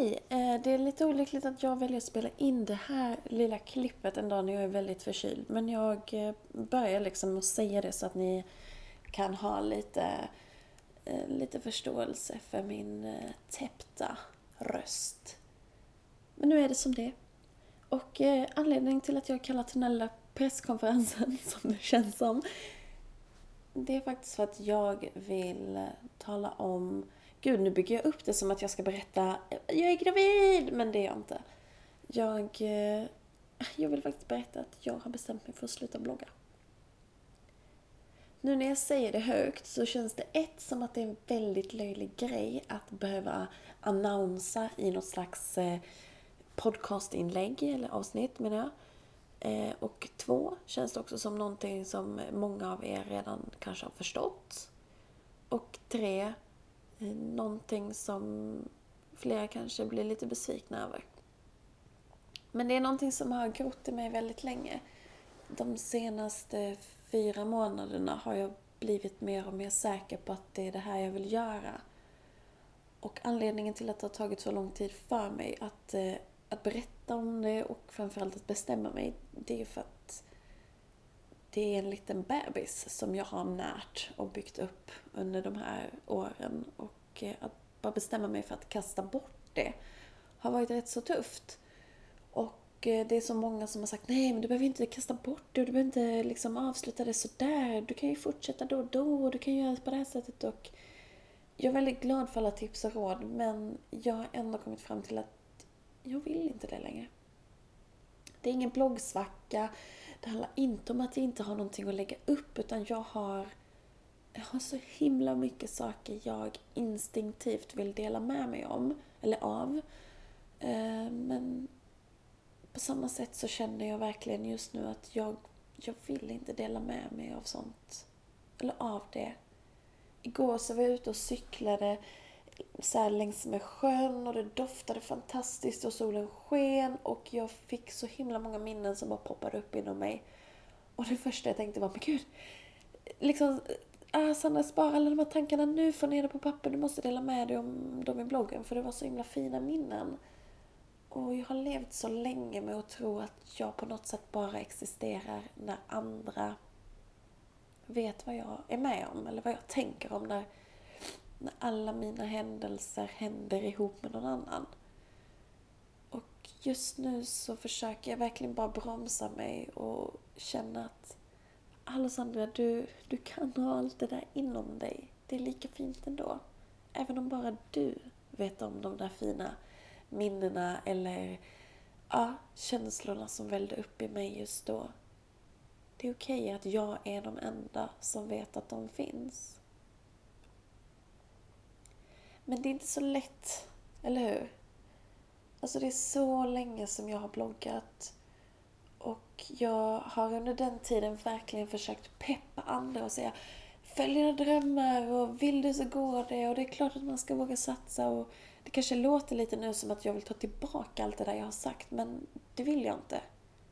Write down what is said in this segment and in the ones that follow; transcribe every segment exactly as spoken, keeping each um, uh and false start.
Hej! Eh, Det är lite olyckligt att jag väljer att spela in det här lilla klippet en dag när jag är väldigt förkyld. Men jag eh, börjar liksom att säga det så att ni kan ha lite, eh, lite förståelse för min eh, täppta röst. Men nu är det som det är. Och eh, anledningen till att jag kallar till den här lilla presskonferensen, som det känns som, det är faktiskt för att jag vill eh, tala om... Gud, nu bygger jag upp det som att jag ska berätta jag är gravid, men det är jag inte. Jag, eh, jag vill faktiskt berätta att jag har bestämt mig för att sluta blogga. Nu när jag säger det högt så känns det ett som att det är en väldigt löjlig grej att behöva annonsa i något slags eh, podcastinlägg eller avsnitt, menar jag. Eh, och två, känns det också som någonting som många av er redan kanske har förstått. Och tre, eh, någonting som flera kanske blir lite besvikna över. Men det är någonting som har grott i mig väldigt länge. De senaste fyra månaderna har jag blivit mer och mer säker på att det är det här jag vill göra. Och anledningen till att det har tagit så lång tid för mig att, eh, att berätta om det och framförallt att bestämma mig, det är för att det är en liten bebis som jag har närt och byggt upp under de här åren. Och eh, att bara bestämma mig för att kasta bort det har varit rätt så tufft. Och eh, det är så många som har sagt, nej men du behöver inte kasta bort det, du behöver inte liksom avsluta det så där. Du kan ju fortsätta då och då och du kan göra det på det här sättet. Och jag är väldigt glad för alla tips och råd, men jag har ändå kommit fram till att jag vill inte det längre. Det är ingen bloggsvacka. Det handlar inte om att jag inte har någonting att lägga upp, utan jag har, jag har så himla mycket saker jag instinktivt vill dela med mig om, eller av. Men på samma sätt så känner jag verkligen just nu att jag, jag vill inte dela med mig av sånt, eller av det. Igår så var jag ute och cyklade så här längs med sjön och det doftade fantastiskt och solen sken och jag fick så himla många minnen som bara poppade upp inom mig. Och det första jag tänkte var, men gud, liksom, ah, Sandra, spara alla de här tankarna nu, få ner det på papper, du måste dela med dig om dem i bloggen, för det var så himla fina minnen. Och jag har levt så länge med att tro att jag på något sätt bara existerar när andra vet vad jag är med om eller vad jag tänker om när, när alla mina händelser händer ihop med någon annan. Och just nu så försöker jag verkligen bara bromsa mig och känna att Alessandra, du, du kan ha allt det där inom dig. Det är lika fint ändå. Även om bara du vet om de där fina minnena eller ja, känslorna som vällde upp i mig just då. Det är okej att jag är de enda som vet att de finns. Men det är inte så lätt, eller hur? Alltså det är så länge som jag har bloggat. Och jag har under den tiden verkligen försökt peppa andra och säga, följ dina drömmar och vill du så går det. Och det är klart att man ska våga satsa. Och det kanske låter lite nu som att jag vill ta tillbaka allt det där jag har sagt, men det vill jag inte.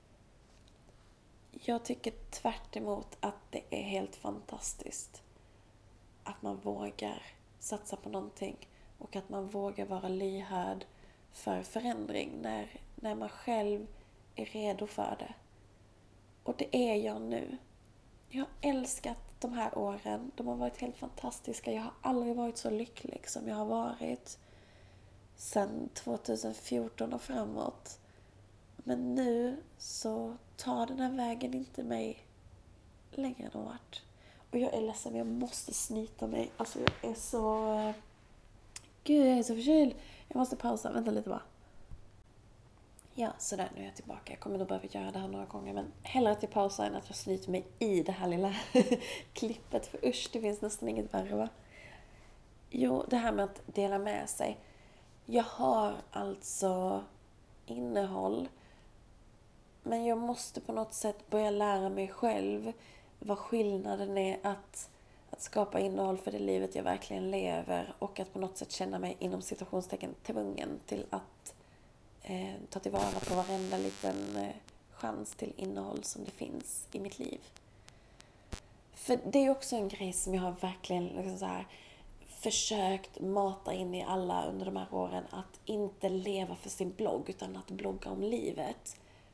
Jag tycker tvärt emot att det är helt fantastiskt att man vågar satsa på någonting och att man vågar vara lyhörd för förändring när, när man själv är redo för det. Och det är jag nu. Jag har älskat de här åren. De har varit helt fantastiska. Jag har aldrig varit så lycklig som jag har varit sedan tjugohundrafjorton och framåt. Men nu så tar den här vägen inte mig längre än vart. Och jag är ledsen, jag måste snyta mig. Alltså jag är så... Gud, jag är så förkyld. Jag måste pausa, vänta lite bara. Ja, sådär, nu är jag tillbaka. Jag kommer nog behöva göra det här några gånger. Men hellre att jag pausar än att jag snyter mig i det här lilla klippet. För usch, det finns nästan inget värre, va? Jo, det här med att dela med sig. Jag har alltså innehåll. Men jag måste på något sätt börja lära mig själv vad skillnaden är att, att skapa innehåll för det livet jag verkligen lever. Och att på något sätt känna mig inom situationstecken tvungen till att eh, ta tillvara på varenda liten eh, chans till innehåll som det finns i mitt liv. För det är också en grej som jag har verkligen liksom så här försökt mata in i alla under de här åren att inte leva för sin blogg utan att blogga om livet.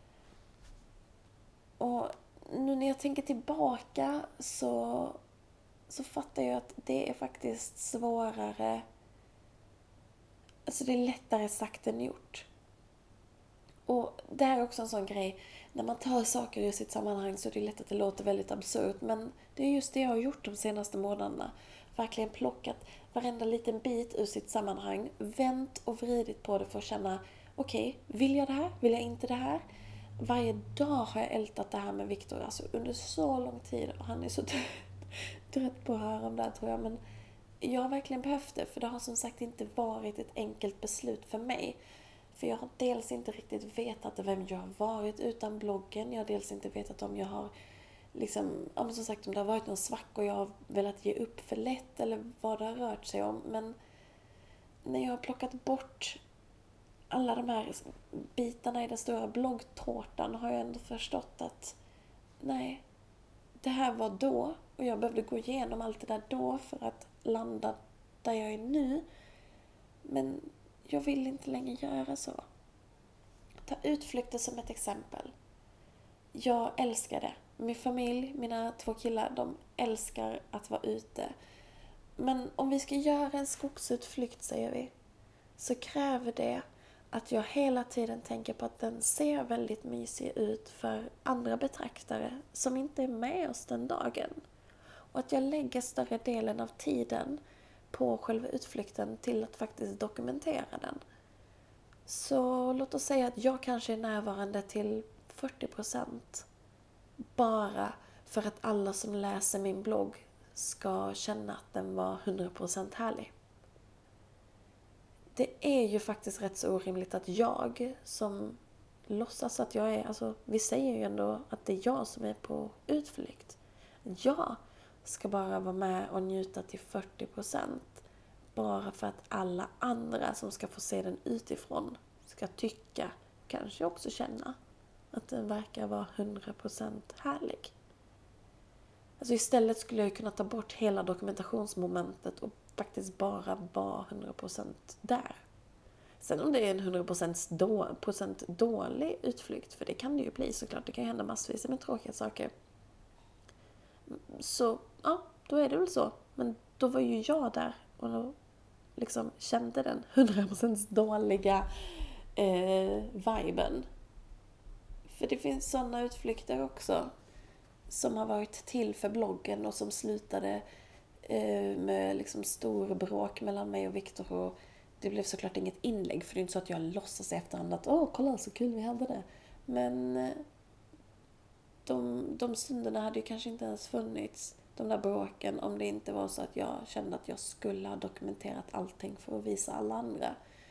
Och nu när jag tänker tillbaka så, så fattar jag att det är faktiskt svårare. Alltså det är lättare sagt än gjort. Och det här är också en sån grej. När man tar saker ur sitt sammanhang så är det lätt att det låter väldigt absurt. Men det är just det jag har gjort de senaste månaderna. Verkligen plockat varenda liten bit ur sitt sammanhang. Vänt och vridit på det för att känna, okej, okay, vill jag det här? Vill jag inte det här? Varje dag har jag ältat det här med Viktor. Alltså under så lång tid. Och han är så trött på att höra om det här, tror jag. Men jag har verkligen behövt det. För det har som sagt inte varit ett enkelt beslut för mig. För jag har dels inte riktigt vetat vem jag har varit utan bloggen. Jag har dels inte vetat om jag har, liksom, ja, som sagt, om det har varit någon svack och jag har velat ge upp för lätt eller vad det har rört sig om. Men när jag har plockat bort alla de här bitarna i den stora bloggtårtan har jag ändå förstått att nej, det här var då och jag behövde gå igenom allt det där då för att landa där jag är nu. Men jag vill inte längre göra så. Ta utflykter som ett exempel. Jag älskar det. Min familj, mina två killar, de älskar att vara ute. Men om vi ska göra en skogsutflykt, säger vi, så kräver det att jag hela tiden tänker på att den ser väldigt mysig ut för andra betraktare som inte är med oss den dagen. Och att jag lägger större delen av tiden på själva utflykten till att faktiskt dokumentera den. Så låt oss säga att jag kanske är närvarande till fyrtio procent bara för att alla som läser min blogg ska känna att den var hundra procent härlig. Det är ju faktiskt rätt så orimligt att jag som låtsas att jag är, alltså vi säger ju ändå att det är jag som är på utflykt. Jag ska bara vara med och njuta till fyrtio procent bara för att alla andra som ska få se den utifrån ska tycka, kanske också känna att den verkar vara hundra procent härlig. Alltså istället skulle jag kunna ta bort hela dokumentationsmomentet och faktiskt bara vara hundra procent där. Sen om det är en hundra procent dålig utflykt, för det kan det ju bli såklart, det kan hända massvis med tråkiga saker. Så ja, då är det väl så. Men då var ju jag där och då liksom kände den hundra procent dåliga eh, viben. För det finns sådana utflykter också som har varit till för bloggen och som slutade eh, med liksom stor bråk mellan mig och Viktor. Och det blev såklart inget inlägg, för det är inte så att jag låtsas i efterhand att åh, kolla så kul vi hade det. Men eh, de, de stunderna hade ju kanske inte ens funnits, de där bråken, om det inte var så att jag kände att jag skulle ha dokumenterat allting för att visa alla andra.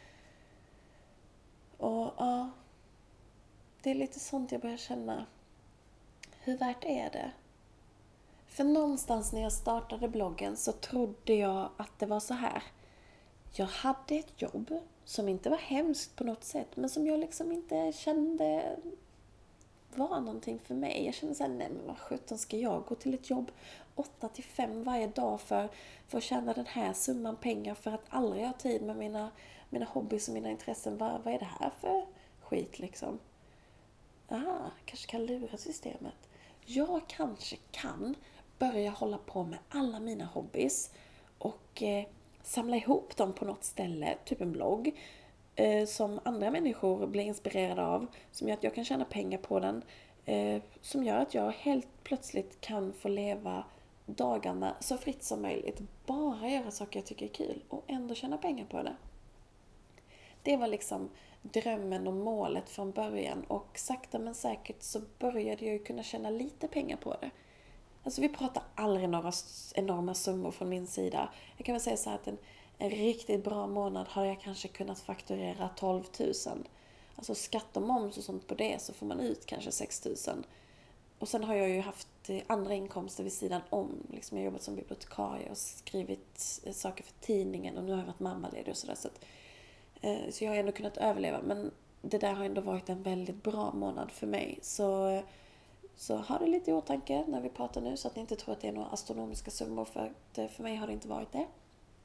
Och ja, det är lite sånt jag börjar känna. Hur värt är det? För någonstans när jag startade bloggen så trodde jag att det var så här. Jag hade ett jobb som inte var hemskt på något sätt, men som jag liksom inte kände var någonting för mig. Jag kände såhär, nej men vad sjutton ska jag gå till ett jobb åtta till fem varje dag för, för att tjäna den här summan pengar för att aldrig ha tid med mina, mina hobbys och mina intressen. Vad, vad är det här för skit liksom? Ah, kanske kan lura systemet. Jag kanske kan börja hålla på med alla mina hobbys och eh, samla ihop dem på något ställe, typ en blogg, eh, som andra människor blir inspirerade av, som gör att jag kan tjäna pengar på den, eh, som gör att jag helt plötsligt kan få leva dagarna så fritt som möjligt, bara göra saker jag tycker är kul och ändå tjäna pengar på det. Det var liksom drömmen och målet från början, och sakta men säkert så började jag ju kunna tjäna lite pengar på det. Alltså vi pratar aldrig några enorma summor från min sida. Jag kan väl säga så här att en, en riktigt bra månad har jag kanske kunnat fakturera tolv tusen. Alltså skatt och moms och sånt på det, så får man ut kanske sex tusen. Och sen har jag ju haft andra inkomster vid sidan om. Liksom jag har jobbat som bibliotekarie och skrivit saker för tidningen, och nu har jag varit mammaledig och sådär. Så, att, eh, så jag har ändå kunnat överleva. Men det där har ändå varit en väldigt bra månad för mig. Så... Så ha det lite i åtanke när vi pratar nu, så att ni inte tror att det är några astronomiska summor, för att för mig har det inte varit det.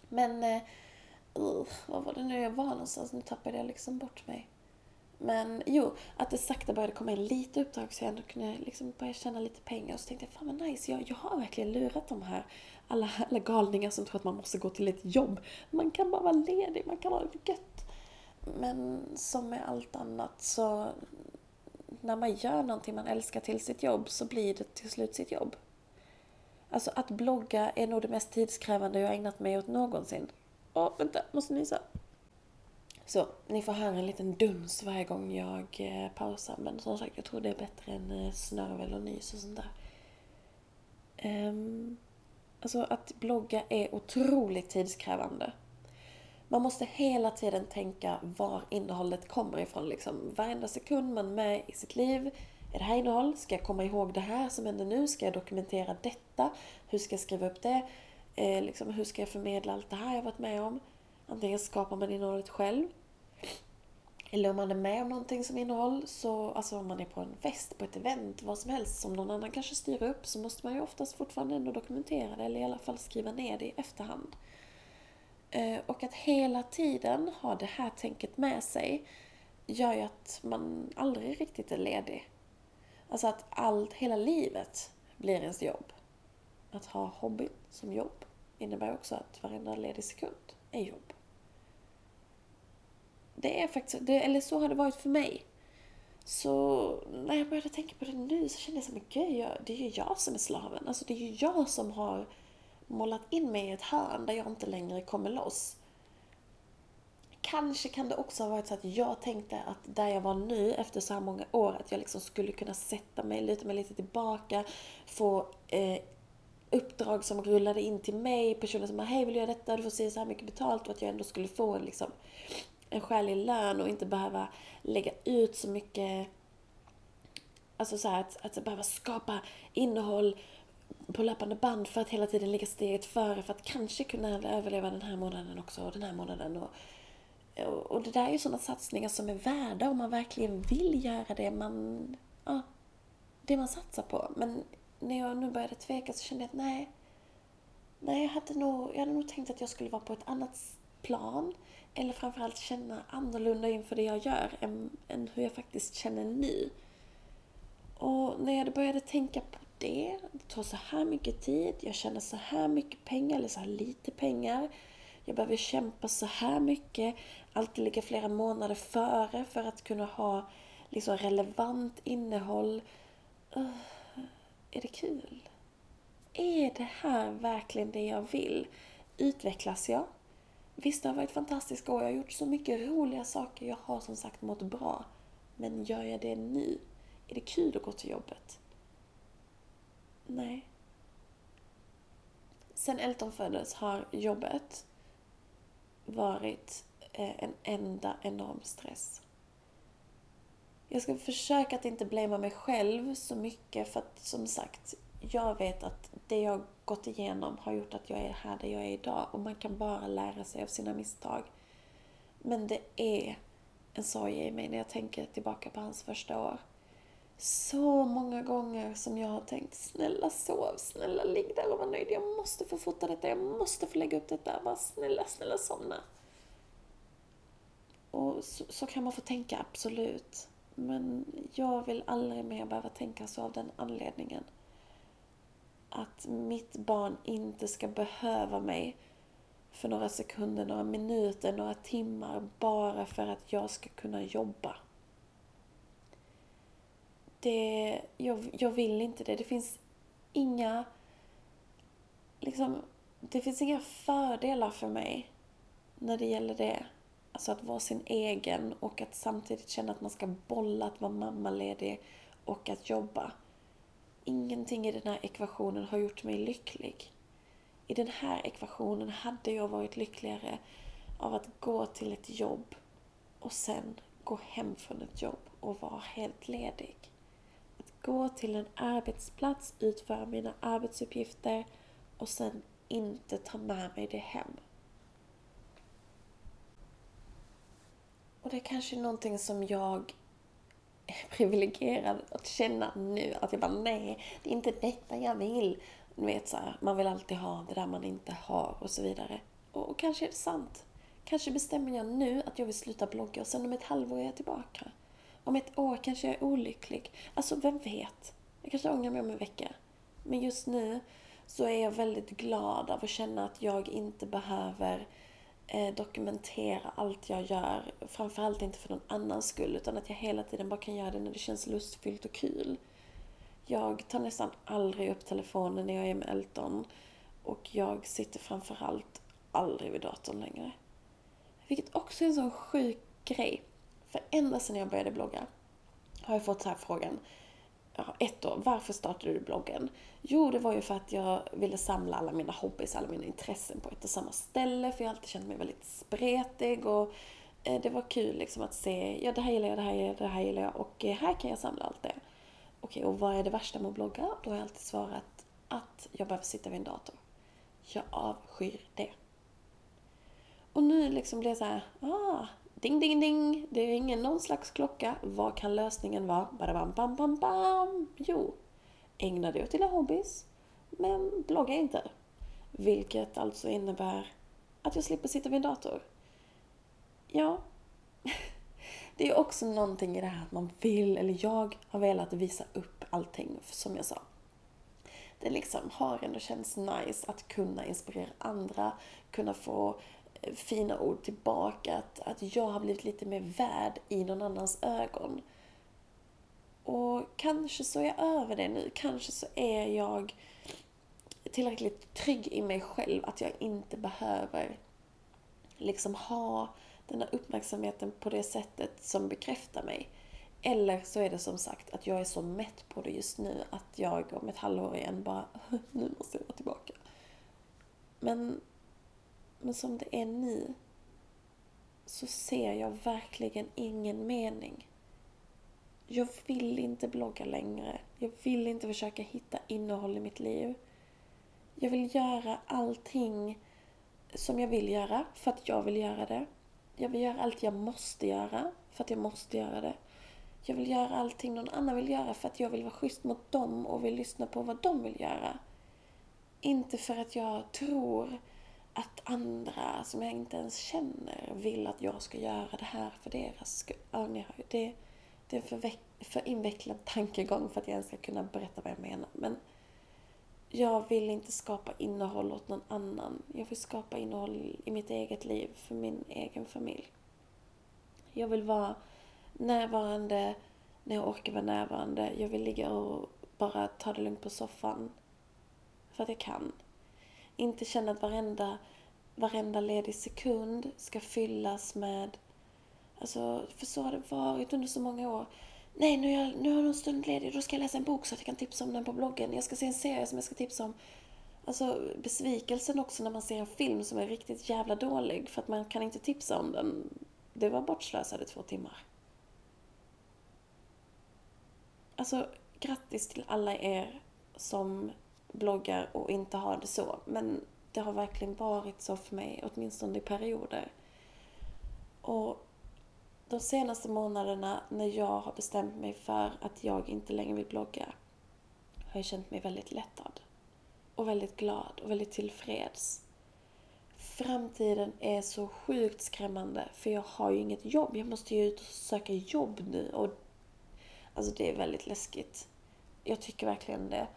Men, eh, uh, vad var det nu jag var någonstans? Nu tappade jag liksom bort mig. Men jo, att det sakta började komma in lite uppdrag så jag ändå kunde liksom börja tjäna lite pengar. Och så tänkte jag, fan vad nice, jag, jag har verkligen lurat de här alla, alla galningar som tror att man måste gå till ett jobb. Man kan bara vara ledig, man kan vara gött. Men som med allt annat så när man gör någonting man älskar till sitt jobb så blir det till slut sitt jobb. Alltså att blogga är nog det mest tidskrävande jag har ägnat mig åt någonsin. Åh, vänta, måste nysa. Så, ni får höra en liten duns varje gång jag eh, pausar. Men som sagt, jag tror det är bättre än eh, snörvel och nys och sånt där. Um, alltså att blogga är otroligt tidskrävande. Man måste hela tiden tänka var innehållet kommer ifrån. Liksom. Varenda sekund man är med i sitt liv. Är det här innehåll? Ska jag komma ihåg det här som händer nu? Ska jag dokumentera detta? Hur ska jag skriva upp det? Eh, liksom, hur ska jag förmedla allt det här jag varit med om? Antingen skapar man innehållet själv. Eller om man är med om någonting som innehåll. Så, alltså om man är på en fest, på ett event, vad som helst som någon annan kanske styr upp. Så måste man ju oftast fortfarande ändå dokumentera det. Eller i alla fall skriva ner det i efterhand. Eh, och att hela tiden ha det här tänket med sig. Gör ju att man aldrig riktigt är ledig. Alltså att allt, hela livet blir ens jobb. Att ha hobby som jobb innebär också att varenda ledig sekund är jobb. Det är faktiskt, det, eller så har det varit för mig. Så när jag började tänka på det nu så kände jag som, gud, det är ju jag som är slaven. Alltså det är ju jag som har målat in mig i ett hörn där jag inte längre kommer loss. Kanske kan det också ha varit så att jag tänkte att där jag var nu efter så här många år att jag liksom skulle kunna sätta mig, luta mig lite tillbaka, få eh, uppdrag som rullade in till mig, personer som bara, hej vill du göra detta, du får se så här mycket betalt, och att jag ändå skulle få en, liksom, en skälig lön och inte behöva lägga ut så mycket, alltså så här att, att behöva skapa innehåll på löpande band för att hela tiden ligga steget före för att kanske kunna överleva den här månaden också och den här månaden. Och, och det där är ju sådana satsningar som är värda om man verkligen vill göra det man, ja, det man satsar på. Men när jag nu började tveka så kände jag att nej, nej jag, hade nog, jag hade nog tänkt att jag skulle vara på ett annat plan. Eller framförallt känna annorlunda inför det jag gör än, än hur jag faktiskt känner nu. Och när jag började tänka på det, det tar så här mycket tid, jag tjänar så här mycket pengar eller så här lite pengar. Jag behöver kämpa så här mycket, alltid ligga flera månader före för att kunna ha liksom relevant innehåll. Uh, är det kul? Är det här verkligen det jag vill? Utvecklas jag? Visst, det har varit fantastiskt år. Jag har gjort så mycket roliga saker. Jag har som sagt mått bra. Men gör jag det nu? Är det kul att gå till jobbet? Nej. Sen Elton föddes har jobbet varit en enda enorm stress. Jag ska försöka att inte blamea mig själv så mycket, för att som sagt, jag vet att det jag gått igenom har gjort att jag är här där jag är idag, och man kan bara lära sig av sina misstag. Men det är en sorg i mig när jag tänker tillbaka på hans första år. Så många gånger som jag har tänkt, snälla sov, snälla ligg där och var nöjd, jag måste få fota detta, jag måste få lägga upp detta, bara snälla, snälla somna. Och så, så kan man få tänka, absolut. Men jag vill aldrig mer behöva tänka så av den anledningen. Att mitt barn inte ska behöva mig för några sekunder, några minuter, några timmar bara för att jag ska kunna jobba. Det, jag, jag vill inte det. Det finns inga liksom, det finns inga fördelar för mig när det gäller det. Alltså att vara sin egen och att samtidigt känna att man ska bolla, att vara mammaledig och att jobba. Ingenting i den här ekvationen har gjort mig lycklig. I den här ekvationen hade jag varit lyckligare av att gå till ett jobb och sen gå hem från ett jobb och vara helt ledig. Att gå till en arbetsplats, utföra mina arbetsuppgifter och sen inte ta med mig det hem. Och det är kanske någonting som jag är privilegierad att känna nu. Att jag bara, nej, det är inte detta jag vill. Du vet så här, man vill alltid ha det där man inte har och så vidare. Och, och kanske är det sant. Kanske bestämmer jag nu att jag vill sluta blogga och sen om ett halvår är jag tillbaka. Om ett år kanske jag är olycklig. Alltså vem vet? Jag kanske ångrar mig om en vecka. Men just nu så är jag väldigt glad av att känna att jag inte behöver eh, dokumentera allt jag gör. Framförallt inte för någon annans skull, utan att jag hela tiden bara kan göra det när det känns lustfyllt och kul. Jag tar nästan aldrig upp telefonen när jag är med Elton. Och jag sitter framförallt aldrig vid datorn längre. Vilket också är en sån sjuk grej. För ända sedan jag började blogga har jag fått så här frågan. Ja, ett år, varför startade du bloggen? Jo, det var ju för att jag ville samla alla mina hobbys, alla mina intressen på ett och samma ställe. För jag har alltid känt mig väldigt spretig och eh, det var kul liksom att se, ja det här gillar jag, det här gillar jag, det här gillar jag och eh, här kan jag samla allt det. Okej, och vad är det värsta med att blogga? Då har jag alltid svarat att jag behöver sitta vid en dator. Jag avskyr det. Och nu liksom blir det så här, ah, ding ding ding, det ringer någon slags klocka. Vad kan lösningen vara? Badabam, bam, bam, bam. Jo, ägna dig åt dina hobbys, men blogga inte. Vilket alltså innebär att jag slipper sitta vid en dator. Ja, det är också någonting i det här att man vill, eller jag har velat visa upp allting som jag sa. Det liksom har ändå känts nice att kunna inspirera andra, kunna få fina ord tillbaka, att, att jag har blivit lite mer värd i någon annans ögon. Och kanske så är jag över det nu, kanske så är jag tillräckligt trygg i mig själv att jag inte behöver liksom ha den här uppmärksamheten på det sättet som bekräftar mig. Eller så är det som sagt att jag är så mätt på det just nu att jag om ett halvår igen bara, nu måste jag vara tillbaka. Men, men som det är nu så ser jag verkligen ingen mening. Jag vill inte blogga längre. Jag vill inte försöka hitta innehåll i mitt liv. Jag vill göra allting som jag vill göra för att jag vill göra det. Jag vill göra allt jag måste göra för att jag måste göra det. Jag vill göra allting någon annan vill göra för att jag vill vara schysst mot dem och vill lyssna på vad de vill göra. Inte för att jag tror att andra som jag inte ens känner vill att jag ska göra det här för deras skull. Ja, ni hör ju, det, det är en för, för invecklad tankegång för att jag ens ska kunna berätta vad jag menar. Men jag vill inte skapa innehåll åt någon annan. Jag vill skapa innehåll i mitt eget liv för min egen familj. Jag vill vara närvarande när jag orkar vara närvarande. Jag vill ligga och bara ta det lugnt på soffan för att jag kan. Inte känna att varenda, varenda ledig sekund ska fyllas med, alltså för så har det varit under så många år. Nej, nu, jag, nu har jag en stund ledig, då ska jag läsa en bok så att jag kan tipsa om den på bloggen. Jag ska se en serie som jag ska tipsa om. Alltså besvikelsen också när man ser en film som är riktigt jävla dålig för att man kan inte tipsa om den. Det var bortslösade två timmar. Alltså, grattis till alla er som bloggar och inte har det så. Men det har verkligen varit så för mig, åtminstone i perioder. Och de senaste månaderna när jag har bestämt mig för att jag inte längre vill blogga har jag känt mig väldigt lättad. Och väldigt glad och väldigt tillfreds. Framtiden är så sjukt skrämmande för jag har ju inget jobb. Jag måste ju ut och söka jobb nu och alltså det är väldigt läskigt. Jag tycker verkligen det.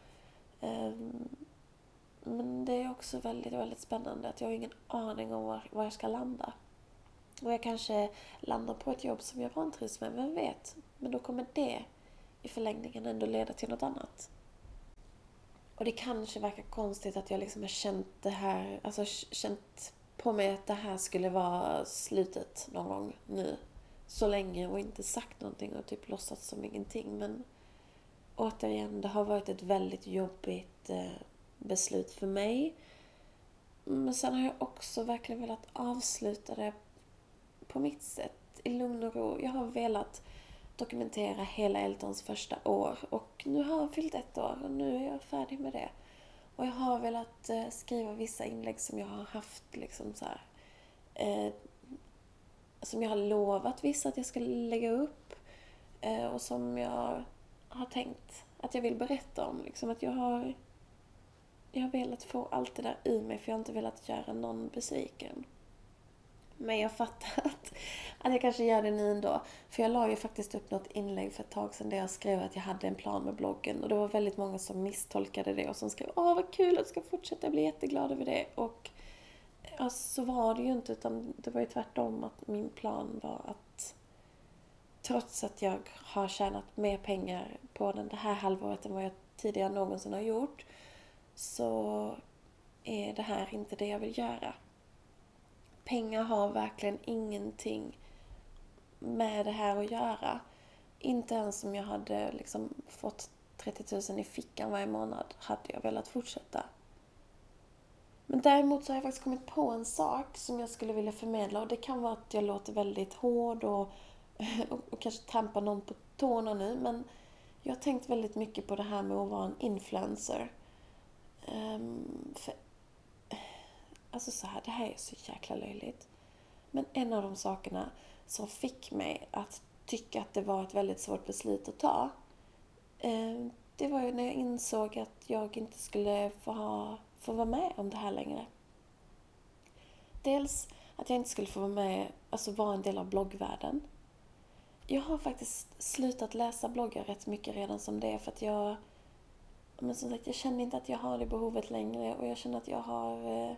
Men det är också väldigt, väldigt spännande att jag har ingen aning om var, var jag ska landa. Och jag kanske landar på ett jobb som jag vantrivs med, vem vet. Men då kommer det i förlängningen ändå leda till något annat. Och det kanske verkar konstigt att jag liksom har känt det här, alltså känt på mig att det här skulle vara slutet någon gång nu. Så länge och inte sagt någonting och typ låtsats som ingenting. Men återigen, det har varit ett väldigt jobbigt eh, beslut för mig. Men sen har jag också verkligen velat avsluta det på mitt sätt, i lugn och ro. Jag har velat dokumentera hela Eltons första år och nu har han fyllt ett år och nu är jag färdig med det. Och jag har velat eh, skriva vissa inlägg som jag har haft liksom så här, eh, som jag har lovat vissa att jag ska lägga upp eh, och som jag har tänkt att jag vill berätta om. Liksom att jag har jag har velat få allt det där ur mig för jag har inte velat göra någon besviken. Men jag fattar att, att jag kanske gör det nu ändå. För jag la ju faktiskt upp något inlägg för ett tag sedan där jag skrev att jag hade en plan med bloggen. Och det var väldigt många som misstolkade det och som skrev åh vad kul att du ska fortsätta, jag blir jätteglad över det. Och ja, så var det ju inte, utan det var ju tvärtom att min plan var att trots att jag har tjänat mer pengar på den det här halvåret än vad jag tidigare någonsin har gjort, så är det här inte det jag vill göra. Pengar har verkligen ingenting med det här att göra. Inte ens om jag hade liksom fått trettio tusen i fickan varje månad hade jag velat fortsätta. Men däremot så har jag faktiskt kommit på en sak som jag skulle vilja förmedla. Och det kan vara att jag låter väldigt hård och, och, och kanske trampar någon på tårna nu. Men jag har tänkt väldigt mycket på det här med att vara en influencer. Um, för, alltså så här, det här är så jäkla löjligt. Men en av de sakerna som fick mig att tycka att det var ett väldigt svårt beslut att ta. Um, det var ju när jag insåg att jag inte skulle få, ha, få vara med om det här längre. Dels att jag inte skulle få vara med, alltså vara en del av bloggvärlden. Jag har faktiskt slutat läsa bloggar rätt mycket redan som det är för att jag, men som sagt, jag känner inte att jag har det behovet längre och jag känner att jag har, eh,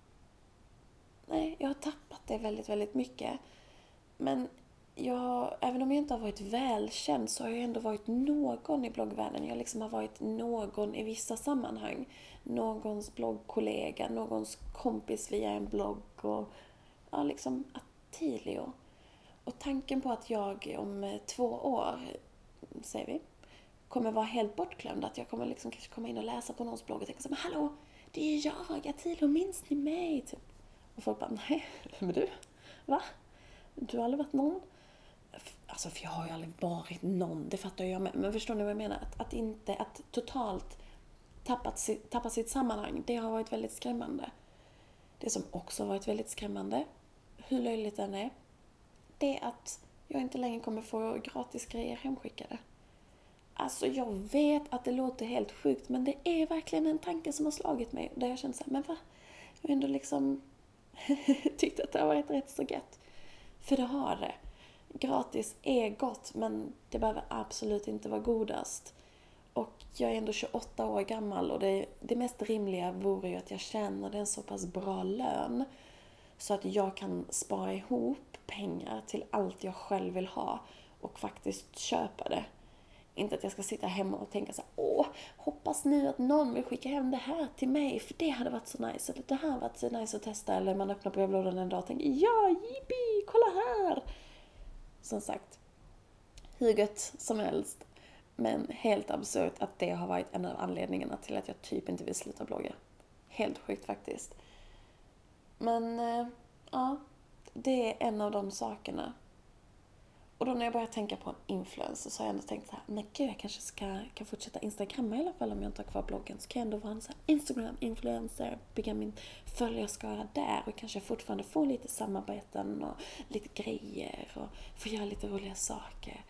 nej, jag har tappat det väldigt, väldigt mycket. Men jag, även om jag inte har varit välkänd så har jag ändå varit någon i bloggvärlden. Jag liksom har varit någon i vissa sammanhang. Någons bloggkollega, någons kompis via en blogg och ja, liksom Attilio. Och tanken på att jag om två år, säger vi, kommer vara helt bortglömd. Att jag kommer liksom kanske komma in och läsa på någons blogg och tänka så, men hallå, det är jag, Attilio, minns ni mig? Typ. Och folk bara, nej, vem är du? Va? Du har aldrig varit någon? Alltså för jag har ju aldrig varit någon, det fattar jag med. Men förstår ni vad jag menar? Att, att inte, att totalt tappat, tappa sitt sammanhang, det har varit väldigt skrämmande. Det som också har varit väldigt skrämmande, hur löjligt den är, det är att jag inte längre kommer få gratis grejer hemskickade. Alltså jag vet att det låter helt sjukt, men det är verkligen en tanke som har slagit mig. Där jag känner så här, men va? Jag har ändå liksom tyckt att det har varit rätt så gött. För det har det. Gratis är gott, men det behöver absolut inte vara godast. Och jag är ändå tjugoåtta år gammal och det, det mest rimliga vore ju att jag tjänar en så pass bra lön så att jag kan spara ihop pengar till allt jag själv vill ha och faktiskt köpa det. Inte att jag ska sitta hemma och tänka så här, åh, hoppas nu att någon vill skicka hem det här till mig för det hade varit så nice. Eller det här hade varit så nice att testa. Eller man öppnar brevlådan en dag och tänker, ja, jippi, kolla här. Som sagt, hur gött som helst. Men helt absurt att det har varit en av anledningarna till att jag typ inte vill sluta blogga. Helt sjukt faktiskt. Men äh, ja, det är en av de sakerna. Och då när jag började tänka på en influencer så har jag ändå tänkt så här, men gud, jag kanske ska, kan fortsätta Instagramma i alla fall om jag inte har kvar bloggen. Så kan jag ändå vara en så här Instagram-influencer, bygga min följarskara där och kanske fortfarande få lite samarbeten och lite grejer och få göra lite roliga saker.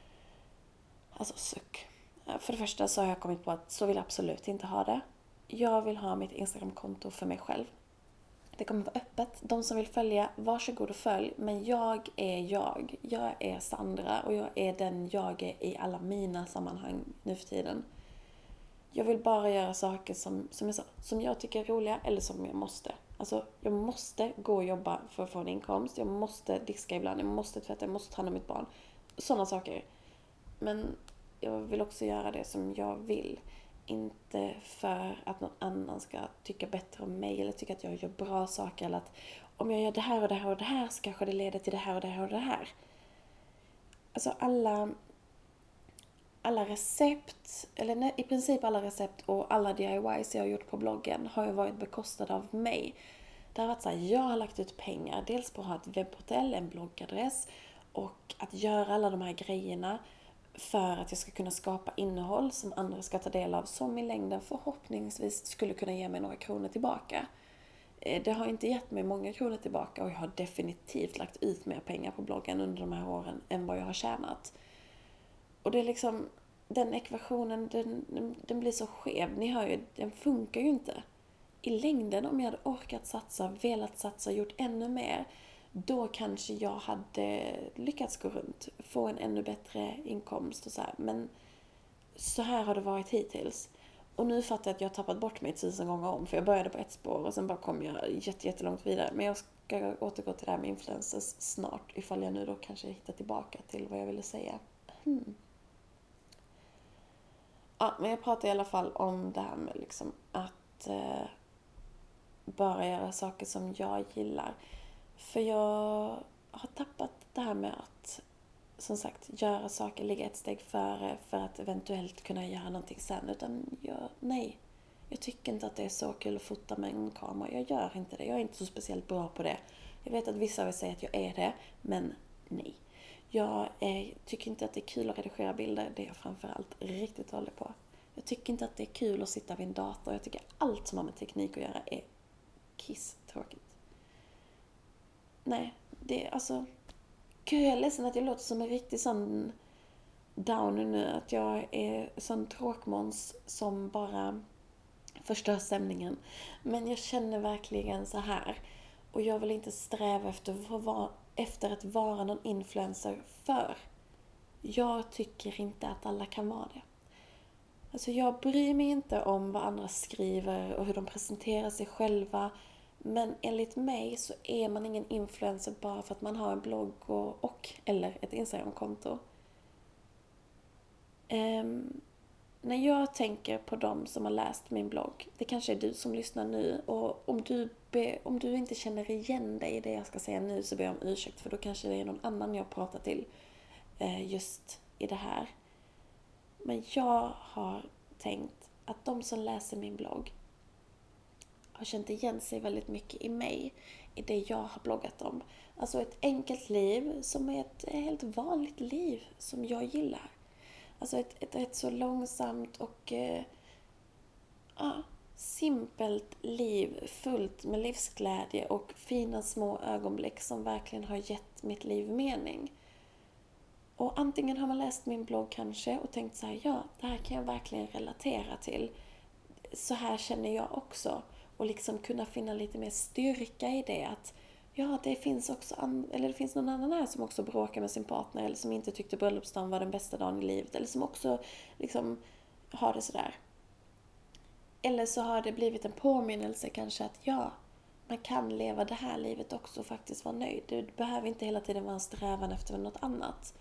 Alltså suck. För det första så har jag kommit på att så vill jag absolut inte ha det. Jag vill ha mitt Instagram-konto för mig själv. Det kommer vara öppet. De som vill följa, varsågod och följ. Men jag är jag. Jag är Sandra och jag är den jag är i alla mina sammanhang nu för tiden. Jag vill bara göra saker som, som, jag, som jag tycker är roliga eller som jag måste. Alltså, jag måste gå och jobba för att få en inkomst. Jag måste diska ibland. Jag måste tvätta. Jag måste ta hand om mitt barn. Sådana saker. Men jag vill också göra det som jag vill. Inte för att någon annan ska tycka bättre om mig eller tycka att jag gör bra saker. Eller att om jag gör det här och det här och det här så kanske det leder till det här och det här och det här. Alltså alla, alla recept, eller i princip alla recept och alla D I Ys jag har gjort på bloggen har ju varit bekostade av mig. Det har varit så här, jag har lagt ut pengar dels på att ha ett webbhotell, en bloggadress och att göra alla de här grejerna för att jag ska kunna skapa innehåll som andra ska ta del av som i längden förhoppningsvis skulle kunna ge mig några kronor tillbaka. Det har inte gett mig många kronor tillbaka och jag har definitivt lagt ut mer pengar på bloggen under de här åren än vad jag har tjänat. Och det är liksom, den ekvationen, den, den blir så skev. Ni hör ju, den funkar ju inte. I längden, om jag hade orkat satsa, velat satsa, gjort ännu mer, då kanske jag hade lyckats gå runt, få en ännu bättre inkomst och så här. Men så här har det varit hittills. Och nu fattar jag att jag har tappat bort mig tusen gånger om, för jag började på ett spår och sen bara kom jag jätte, jättelångt vidare. Men jag ska återgå till det här med influencers snart, ifall jag nu då kanske hittar tillbaka till vad jag ville säga. Hmm. Ja, men jag pratar i alla fall om det här med liksom att eh, bara göra saker som jag gillar. För jag har tappat det här med att, som sagt, göra saker, ligga ett steg före för att eventuellt kunna göra någonting sen. Utan jag, nej, jag tycker inte att det är så kul att fota med en kamera. Jag gör inte det. Jag är inte så speciellt bra på det. Jag vet att vissa vill säga att jag är det, men nej. Jag är, tycker inte att det är kul att redigera bilder. Det är jag framförallt riktigt dålig på. Jag tycker inte att det är kul att sitta vid en dator. Jag tycker allt som har med teknik att göra är kisstråkigt. Nej, det är alltså... Gud, jag är ledsen att jag låter som en riktig sån downer nu. Att jag är sån tråkmåns som bara förstör stämningen. Men jag känner verkligen så här. Och jag vill inte sträva efter att vara, efter att vara någon influencer för. Jag tycker inte att alla kan vara det. Alltså jag bryr mig inte om vad andra skriver och hur de presenterar sig själva. Men enligt mig så är man ingen influencer bara för att man har en blogg och, och eller ett Instagram-konto. Um, när jag tänker på dem som har läst min blogg, det kanske är du som lyssnar nu, och om du, be, om du inte känner igen dig i det jag ska säga nu så ber jag om ursäkt, för då kanske det är någon annan jag pratar till uh, just i det här. Men jag har tänkt att de som läser min blogg har känt igen sig väldigt mycket i mig, i det jag har bloggat om. Alltså ett enkelt liv som är ett helt vanligt liv som jag gillar. Alltså ett, ett rätt så långsamt och eh, ja, simpelt liv fullt med livsglädje och fina små ögonblick som verkligen har gett mitt liv mening. Och antingen har man läst min blogg kanske och tänkt så här: ja, det här kan jag verkligen relatera till. Så här känner jag också. Och liksom kunna finna lite mer styrka i det. Att ja, det finns också an- eller det finns någon annan här som också bråkar med sin partner. Eller som inte tyckte bröllopsdagen var den bästa dagen i livet. Eller som också liksom har det sådär. Eller så har det blivit en påminnelse kanske att ja, man kan leva det här livet också och faktiskt vara nöjd. Det behöver inte hela tiden vara en strävan efter något annat.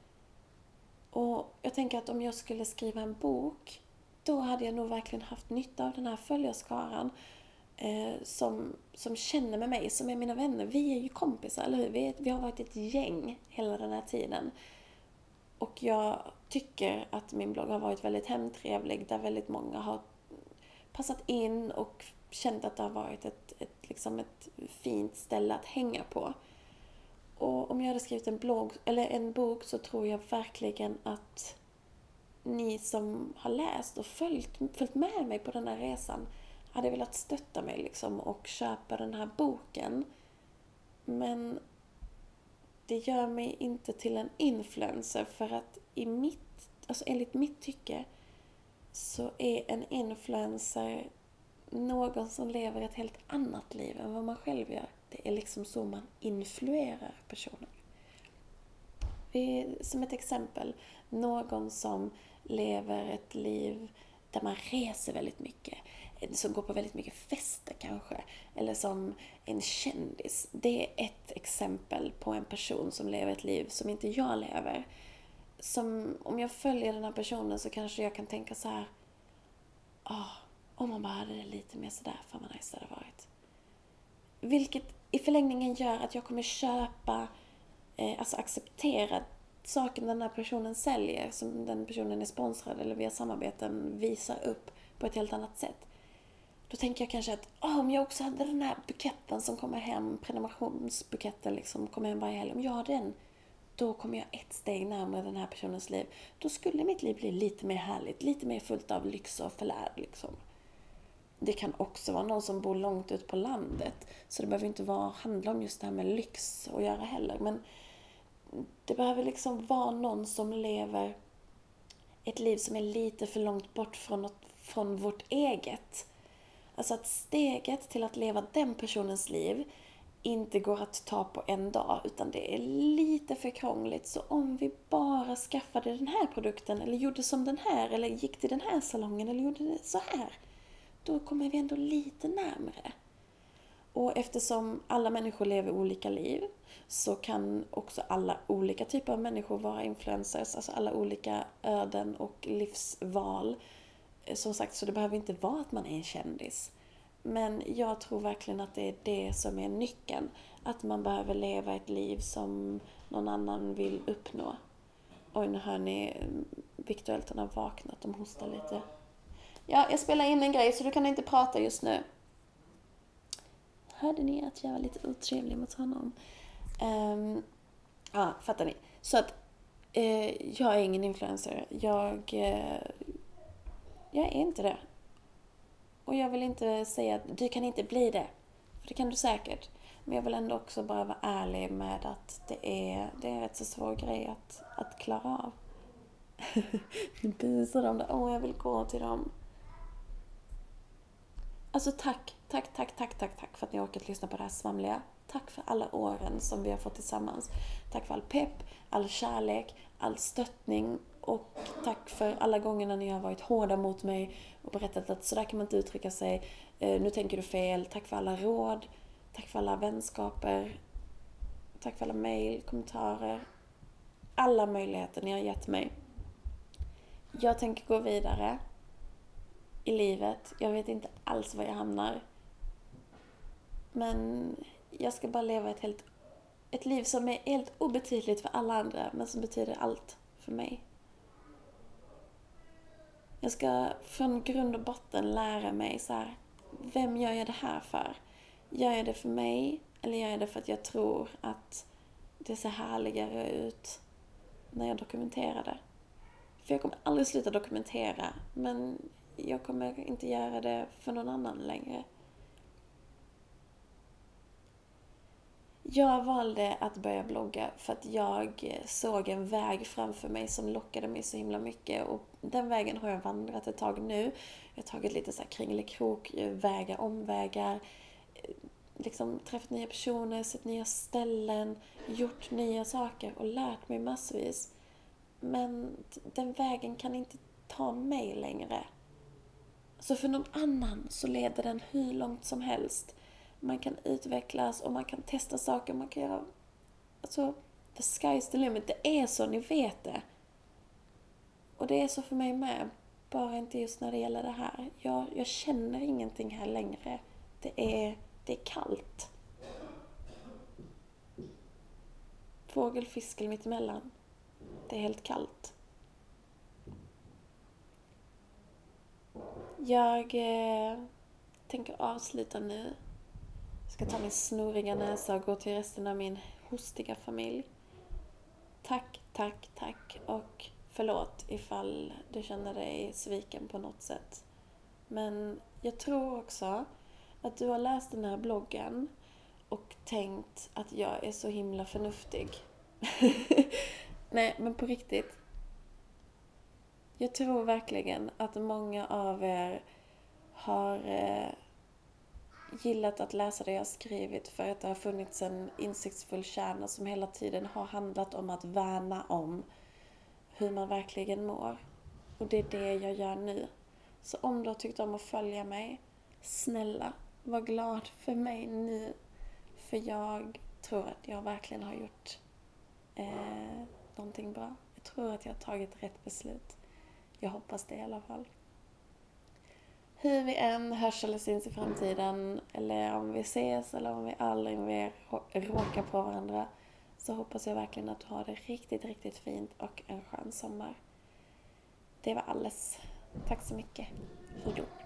Och jag tänker att om jag skulle skriva en bok, då hade jag nog verkligen haft nytta av den här följarskaran eh, som, som känner med mig, som är mina vänner. Vi är ju kompisar, eller hur? Vi, är, vi har varit ett gäng hela den här tiden. Och jag tycker att min blogg har varit väldigt hemtrevlig, där väldigt många har passat in och känt att det har varit ett, ett, liksom ett fint ställe att hänga på. Och om jag hade skrivit en blogg eller en bok, så tror jag verkligen att ni som har läst och följt, följt med mig på den här resan hade velat stötta mig liksom och köpa den här boken. Men det gör mig inte till en influencer, för att i mitt, alltså enligt mitt tycke så är en influencer någon som lever ett helt annat liv än vad man själv gör. Det är liksom så man influerar personer. Som ett exempel, någon som lever ett liv där man reser väldigt mycket, som går på väldigt mycket fester kanske, eller som en kändis. Det är ett exempel på en person som lever ett liv som inte jag lever. Som, om jag följer den här personen så kanske jag kan tänka så här: ah, om man bara hade det lite mer sådär, fan vad nice det hade varit. Vilket i förlängningen gör att jag kommer köpa, eh, alltså acceptera saken den här personen säljer, som den personen är sponsrad eller via samarbeten visar upp på ett helt annat sätt. Då tänker jag kanske att oh, om jag också hade den här buketten som kommer hem, prenumerationsbuketten liksom, kommer hem varje helg. Om jag har den, då kommer jag ett steg närmare den här personens liv. Då skulle mitt liv bli lite mer härligt, lite mer fullt av lyx och förlär liksom. Det kan också vara någon som bor långt ut på landet, så det behöver inte vara, handla om just det här med lyx att göra heller. Men det behöver liksom vara någon som lever ett liv som är lite för långt bort från, något, från vårt eget. Alltså att steget till att leva den personens liv inte går att ta på en dag, utan det är lite för krångligt. Så om vi bara skaffade den här produkten, eller gjorde som den här, eller gick till den här salongen, eller gjorde det så här, då kommer vi ändå lite närmare. Och eftersom alla människor lever olika liv, så kan också alla olika typer av människor vara influencers, alltså alla olika öden och livsval. Som sagt, så det behöver inte vara att man är en kändis. Men jag tror verkligen att det är det som är nyckeln. Att man behöver leva ett liv som någon annan vill uppnå. Oj, nu hör ni Victor Elton har vaknat, de hostar lite. Ja, jag spelar in en grej så du kan inte prata just nu. Hörde ni att jag var lite otrevlig mot honom? Um, ja, fattar ni? Så att uh, jag är ingen influencer. Jag, uh, jag är inte det. Och jag vill inte säga att du kan inte bli det. För det kan du säkert. Men jag vill ändå också bara vara ärlig med att det är, det är en rätt så svår grej att, att klara av. Nu busar de där. Åh, jag vill gå till dem. Alltså tack, tack, tack, tack, tack, tack för att ni har orkat lyssna på det här svamliga. Tack för alla åren som vi har fått tillsammans. Tack för all pepp, all kärlek, all stöttning. Och tack för alla gånger när ni har varit hårda mot mig och berättat att så där kan man inte uttrycka sig. Nu tänker du fel. Tack för alla råd. Tack för alla vänskaper. Tack för alla mejl, kommentarer. Alla möjligheter ni har gett mig. Jag tänker gå vidare i livet. Jag vet inte alls var jag hamnar. Men jag ska bara leva ett, helt, ett liv som är helt obetydligt för alla andra, men som betyder allt för mig. Jag ska från grund och botten lära mig så här, vem gör jag det här för? Gör jag det för mig? Eller gör jag det för att jag tror att det ser härligare ut när jag dokumenterar det? För jag kommer aldrig sluta dokumentera, men jag kommer inte göra det för någon annan längre. Jag valde att börja blogga för att jag såg en väg framför mig som lockade mig så himla mycket. Och den vägen har jag vandrat ett tag nu. Jag har tagit lite så här kringelikrok, vägar, omvägar. Liksom träffat nya personer, sett nya ställen, gjort nya saker och lärt mig massvis. Men den vägen kan inte ta mig längre. Så för någon annan så leder den hur långt som helst. Man kan utvecklas och man kan testa saker. Man kan göra... Alltså, the sky's the limit. Det är så, ni vet det. Och det är så för mig med. Bara inte just när det gäller det här. Jag, jag känner ingenting här längre. Det är, det är kallt. Fågelfiskel mitt emellan. Det är helt kallt. Jag eh, tänker avsluta nu. Jag ska ta min snoriga näsa och gå till resten av min hostiga familj. Tack, tack, tack. Och förlåt ifall du känner dig sviken på något sätt. Men jag tror också att du har läst den här bloggen och tänkt att jag är så himla förnuftig. Nej, men på riktigt. Jag tror verkligen att många av er har eh, gillat att läsa det jag har skrivit för att det har funnits en insiktsfull kärna som hela tiden har handlat om att värna om hur man verkligen mår. Och det är det jag gör nu. Så om du har tyckt om att följa mig, snälla, var glad för mig nu. För jag tror att jag verkligen har gjort eh, någonting bra. Jag tror att jag har tagit rätt beslut. Jag hoppas det i alla fall. Hur vi än hörs eller syns i framtiden, eller om vi ses eller om vi aldrig mer råkar på varandra, så hoppas jag verkligen att du har det riktigt, riktigt fint och en skön sommar. Det var alles. Tack så mycket. Hej då.